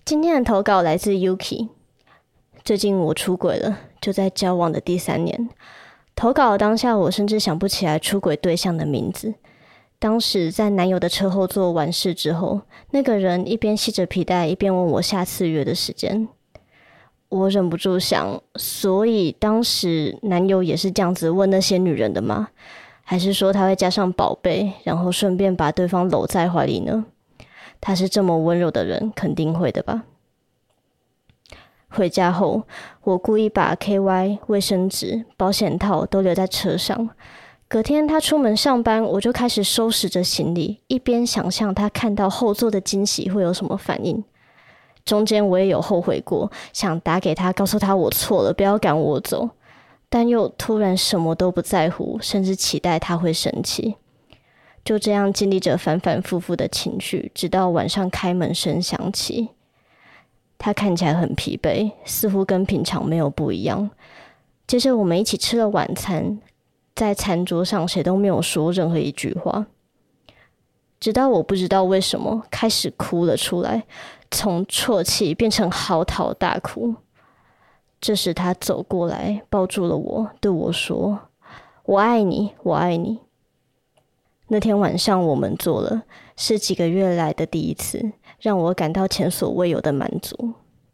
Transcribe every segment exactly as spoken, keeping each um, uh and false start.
今天的投稿来自 Yuki。 最近我出轨了，就在交往的第三年。投稿的当下，我甚至想不起来出轨对象的名字。当时在男友的车后座完事之后，那个人一边系着皮带，一边问我下次约的时间。我忍不住想，所以当时男友也是这样子问那些女人的吗？还是说他会加上宝贝，然后顺便把对方搂在怀里呢？他是这么温柔的人，肯定会的吧。回家后，我故意把 K Y、 卫生纸、保险套都留在车上。隔天他出门上班，我就开始收拾着行李，一边想象他看到后座的惊喜会有什么反应。中间我也有后悔过，想打给他告诉他我错了，不要赶我走，但又突然什么都不在乎，甚至期待他会生气。就这样经历着反反复复的情绪，直到晚上开门声响起。他看起来很疲惫，似乎跟平常没有不一样。接着我们一起吃了晚餐，在餐桌上谁都没有说任何一句话，直到我不知道为什么开始哭了出来，从啜泣变成嚎啕大哭。这时他走过来抱住了我，对我说：我爱你，我爱你。那天晚上我们做了，是几个月来的第一次，让我感到前所未有的满足。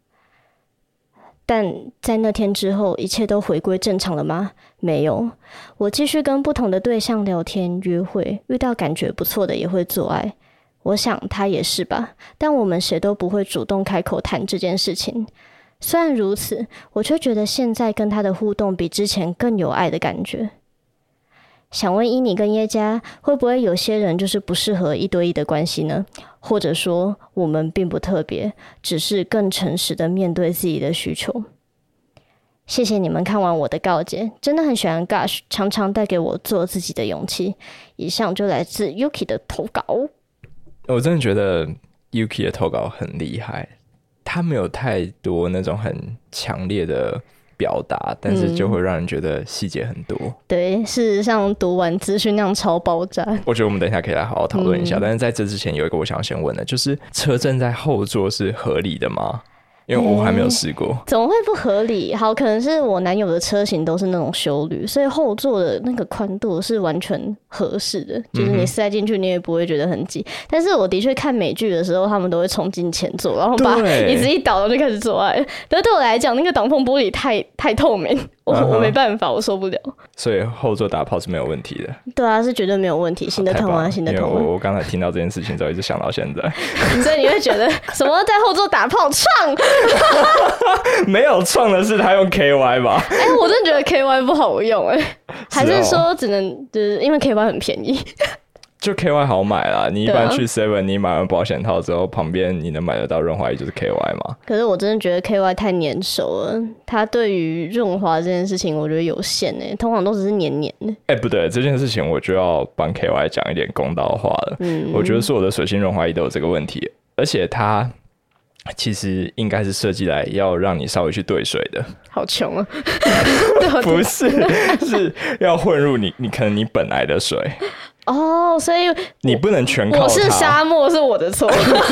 但在那天之后，一切都回归正常了吗？没有，我继续跟不同的对象聊天约会，遇到感觉不错的也会做爱。我想他也是吧，但我们谁都不会主动开口谈这件事情。虽然如此，我却觉得现在跟他的互动比之前更有爱的感觉。想问伊妮跟耶加，会不会有些人就是不适合一对一的关系呢？或者说我们并不特别，只是更诚实的面对自己的需求。谢谢你们看完我的告解，真的很喜欢 Gush， 常常带给我做自己的勇气。以上就来自 Yuki 的投稿。 我真的觉得 Yuki 的投稿很厉害，他没有太多那种很强烈的表达，但是就会让人觉得细节很多、嗯、 对，事实上读完资讯量超爆炸。 我觉得我们等一下可以来好好讨论一下、嗯、但是在这之前有一个我想要先问的，就是车站在后座是合理的吗？因为我还没有试过、欸、 怎么会不合理？好，可能是我男友的车型都是那种休旅，所以后座的那个宽度是完全合适的，就是你塞进去你也不会觉得很挤、嗯、但是我的确看美剧的时候，他们都会冲进前座，然后把椅子一倒，然后就开始做爱。但是对我来讲，那个挡风玻璃太太透明，我、uh-huh. 我没办法，我受不了。所以后座打炮是没有问题的。 对啊，是绝对没有问题，行得通啊，行得通、啊。 因为我我刚才听到这件事情之后，一直想到现在。 所以你会觉得什么在后座打炮创？ 没有创的是他用 K Y 吧？ 哎、欸，我真的觉得 K Y 不好用哎、欸，还是说只能就是因为 K Y 很便宜？ 就 K Y 好买啦，你一般去 seven、啊、你买完保险套之后，旁边你能买得到润滑液就是 K Y 嘛。 可是我真的觉得 K Y 太粘手了，它对于润滑这件事情我觉得有限欸，通常都只是黏黏的。 哎、欸，不对，这件事情我就要帮 K Y 讲一点公道话了。嗯，我觉得所有的水性润滑液都有这个问题，而且它其实应该是设计来要让你稍微去兑水的。 好穷啊！ 不是，是要混入你你可能你本来的水。 哦，所以你不能全靠它。 我是沙漠，是我的错。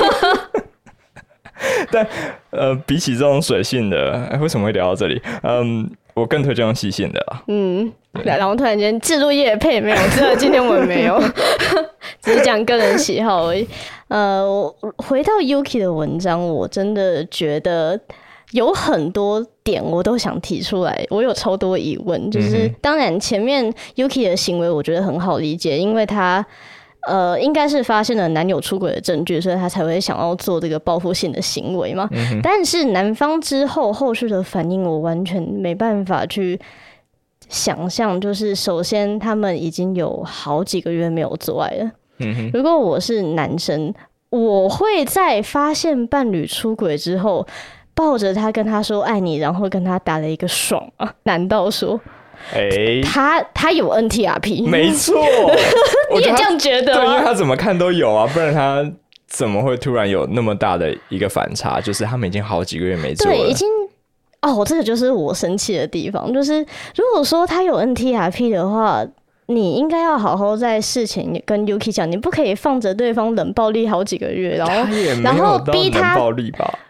但呃，比起这种水性的，欸、为什么会聊到这里？嗯，我更推荐用细性的啦。 嗯，然后突然间置入业配没有，真的今天我们没有，只是讲个人喜好而已。呃，回到 Yuki 的文章，我真的觉得有很多点我都想提出来，我有超多疑问。就是当然前面 Yuki 的行为我觉得很好理解，因为他呃应该是发现了男友出轨的证据，所以他才会想要做这个报复性的行为嘛、嗯、但是男方之后后续的反应我完全没办法去想象。就是首先他们已经有好几个月没有做爱了、嗯、如果我是男生，我会在发现伴侣出轨之后抱着他跟他说爱你，然后跟他打了一个爽啊？难道说欸、他他有 N T R P？ 没错， 你也这样觉得吗？ 对，因为他怎么看都有啊，不然他怎么会突然有那么大的一个反差？就是他们已经好几个月没做了， 对，已经哦，这个就是我生气的地方。就是如果说他有 N T R P 的话，你应该要好好在事前跟 Yuki 讲，你不可以放着对方冷暴力好几个月，然后然后逼他冷暴力吧。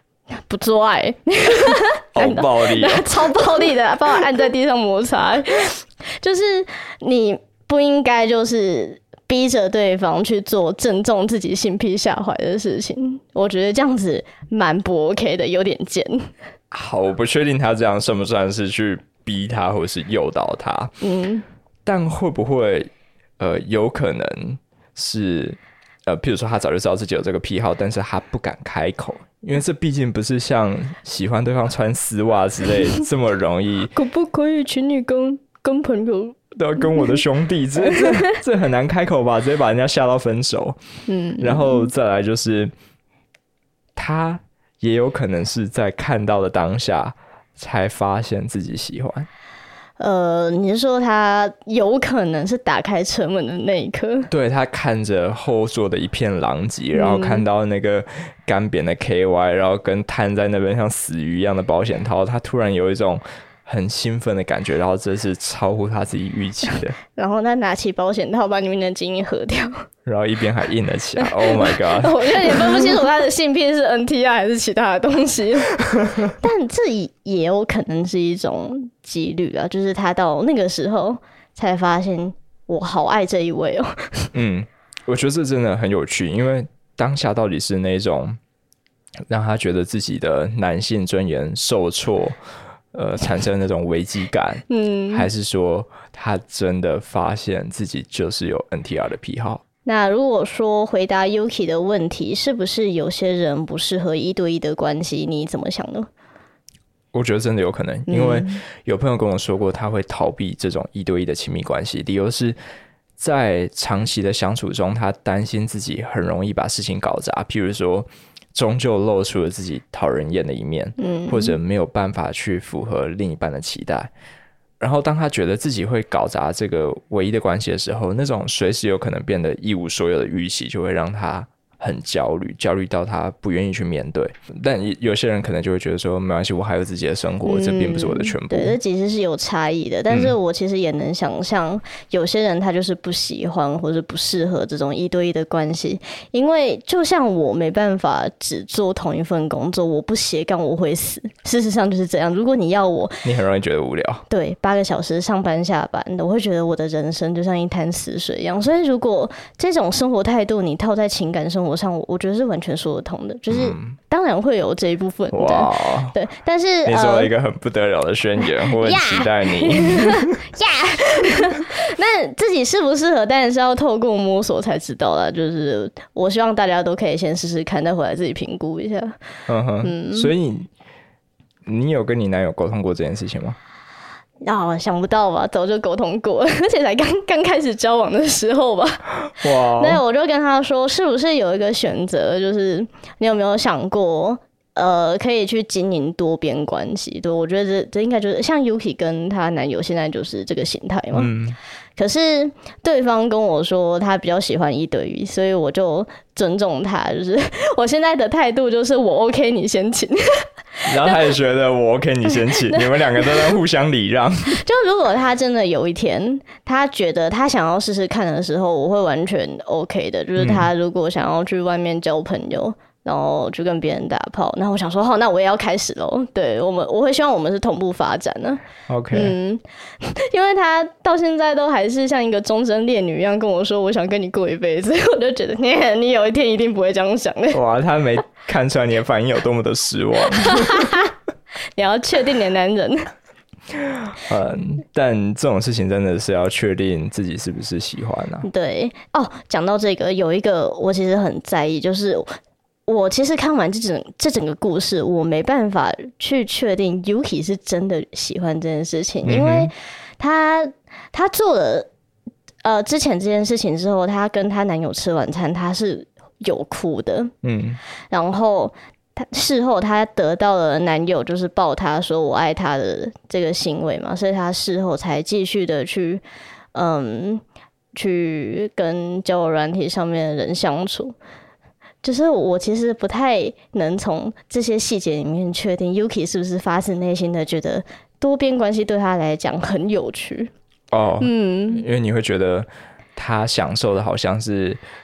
不做爱， 好暴力、啊， 超暴力的，把我按在地上摩擦。就是你不应该就是逼着对方去做正中自己性癖下怀的事情，我觉得这样子蛮不 OK 的，有点贱。 好，我不确定他这样算不算是去逼他或是诱导他，嗯，但会不会呃有可能是呃，譬如说他早就知道自己有这个癖好，但是他不敢开口，因为这毕竟不是像喜欢对方穿丝袜之类这么容易。 可不可以请你跟跟朋友？ 都要跟我的兄弟，这这这很难开口吧？直接把人家吓到分手。嗯，然后再来就是，他也有可能是在看到的当下才发现自己喜欢。 呃，你是说他有可能是打开车门的那一刻？ 对，他看着后座的一片狼藉，然后看到那个干扁的 K Y， 然后跟瘫在那边像死鱼一样的保险套，他突然有一种很兴奋的感觉，然后这是超乎他自己预期的。然后他拿起保险套把里面的精液喝掉， 然后一边还硬了起来。Oh my god！ 我有点分不清楚他的性癖是 N T I 还是其他的东西。但这也有可能是一种几率啊，就是他到那个时候才发现我好爱这一位哦。 嗯，我觉得这真的很有趣，因为当下到底是那种让他觉得自己的男性尊严受挫。呃，产生那种危机感，嗯，还是说他真的发现自己就是有 N T R 的癖好？ 那如果说回答 Yuki 的问题，是不是有些人不适合一对一的关系？你怎么想呢？ 我觉得真的有可能，因为有朋友跟我说过，他会逃避这种一对一的亲密关系，理由是在长期的相处中，他担心自己很容易把事情搞砸，譬如说。终究露出了自己讨人厌的一面，嗯，或者没有办法去符合另一半的期待。然后当他觉得自己会搞砸这个唯一的关系的时候，那种随时有可能变得一无所有的预期就会让他很焦虑，焦虑到他不愿意去面对。但有些人可能就会觉得说，没关系，我还有自己的生活，嗯，这并不是我的全部。 对，这其实是有差异的。但是我其实也能想象，有些人他就是不喜欢或者不适合这种一对一的关系，因为就像我没办法只做同一份工作，我不斜杠我会死。事实上就是这样。如果你要我， 你很容易觉得无聊。 对，八个小时上班下班，我会觉得我的人生就像一滩死水一样。所以如果这种生活态度你套在情感生活上，我觉得是完全说得通的，就是当然会有这一部分的，哇，对，但是你说了一个很不得了的宣言，呃、我很期待你。 呀，那自己适不适合，当然是要透过摸索才知道啦。就是我希望大家都可以先试试看，再回来自己评估一下。 嗯哼，嗯，所以你有跟你男友沟通过这件事情吗？ 哦，想不到吧，早就沟通过，而且才刚刚开始交往的时候吧。哇！那我就跟他说，是不是有一个选择，就是你有没有想过，呃，可以去经营多边关系？对，我觉得这这应该就是像 Yuki 跟她男友现在就是这个形态嘛。嗯。可是对方跟我说他比较喜欢一对一，所以我就尊重他，就是我现在的态度就是我 OK 你先请。 然后他也觉得我 OK 你先请，你们两个都在互相礼让。 就如果他真的有一天他觉得他想要试试看的时候，我会完全 OK 的，就是他如果想要去外面交朋友，然后就跟别人打炮，那我想说好，那我也要开始咯。对，我们我会希望我们是同步发展的。 OK， 嗯，因为他到现在都还是像一个终身烈女一样跟我说我想跟你过一辈子，我就觉得你你有一天一定不会这样想的。 哇，他没看出来你的反应有多么的失望。 你要确定你的男人。 嗯，但这种事情真的是要确定自己是不是喜欢啊。 对哦，讲到这个，有一个我其实很在意，就是我其实看完这整这整个故事，我没办法去确定 Yuki 是真的喜欢这件事情，因为他他做了呃之前这件事情之后，他跟他男友吃晚餐，他是有哭的，嗯，然后他事后他得到了男友就是抱他说我爱他的这个行为嘛，所以他事后才继续的去嗯去跟交友软体上面的人相处。就是我其实不太能从这些细节里面确定 Yuki 是不是发自内心的觉得多边关系对他来讲很有趣哦，嗯，因为你会觉得他享受的好像是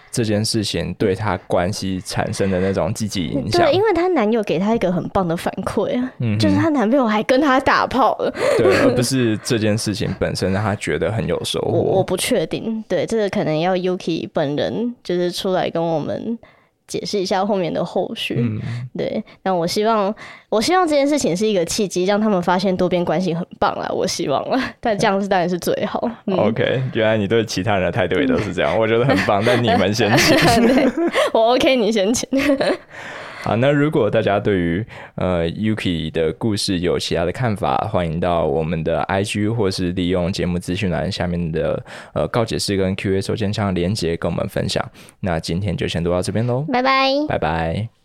这件事情对他关系产生的那种积极影响。 对，因为她男友给她一个很棒的反馈啊，嗯、就是她男朋友还跟她打炮了。 对，而不是这件事情本身让她觉得很有收获。 我我不确定，对，这个可能要 Yuki 本人就是出来跟我们解释一下后面的后续。嗯、对，那我希望，我希望这件事情是一个契机，让他们发现多边关系很棒啦。我希望啦，但这样是当然是最好。嗯、 OK， 原来你对其他人的态度也都是这样，我觉得很棒。但你们先请， 我 OK， 你先请。 好，那如果大家对于呃 Yuki 的故事有其他的看法，欢迎到我们的 I G 或是利用节目资讯栏下面的呃告解室跟 Q A 收件箱的连结跟我们分享。那今天就先录到这边咯， 拜拜， 拜拜。